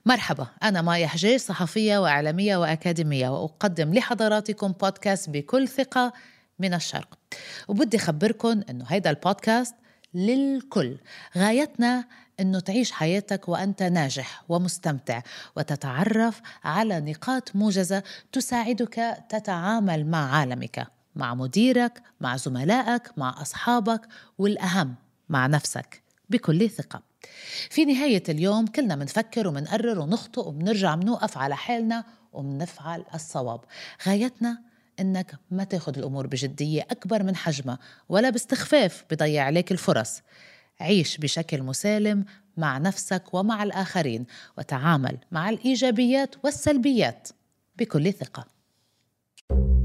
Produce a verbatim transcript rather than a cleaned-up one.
مرحبا، أنا مايا حجاج، صحفية وإعلامية وأكاديمية، وأقدم لحضراتكم بودكاست بكل ثقة من الشرق. وبدي أخبركم أنه هيدا البودكاست للكل. غايتنا أنه تعيش حياتك وأنت ناجح ومستمتع، وتتعرف على نقاط موجزة تساعدك تتعامل مع عالمك، مع مديرك، مع زملائك، مع أصحابك، والأهم مع نفسك بكل ثقة. في نهاية اليوم كلنا منفكر ومنقرر ونخطئ ومنرجع منوقف على حالنا ومنفعل الصواب. غايتنا إنك ما تاخد الأمور بجدية أكبر من حجمها ولا باستخفاف بضيع عليك الفرص. عيش بشكل مسالم مع نفسك ومع الآخرين، وتعامل مع الإيجابيات والسلبيات بكل ثقة.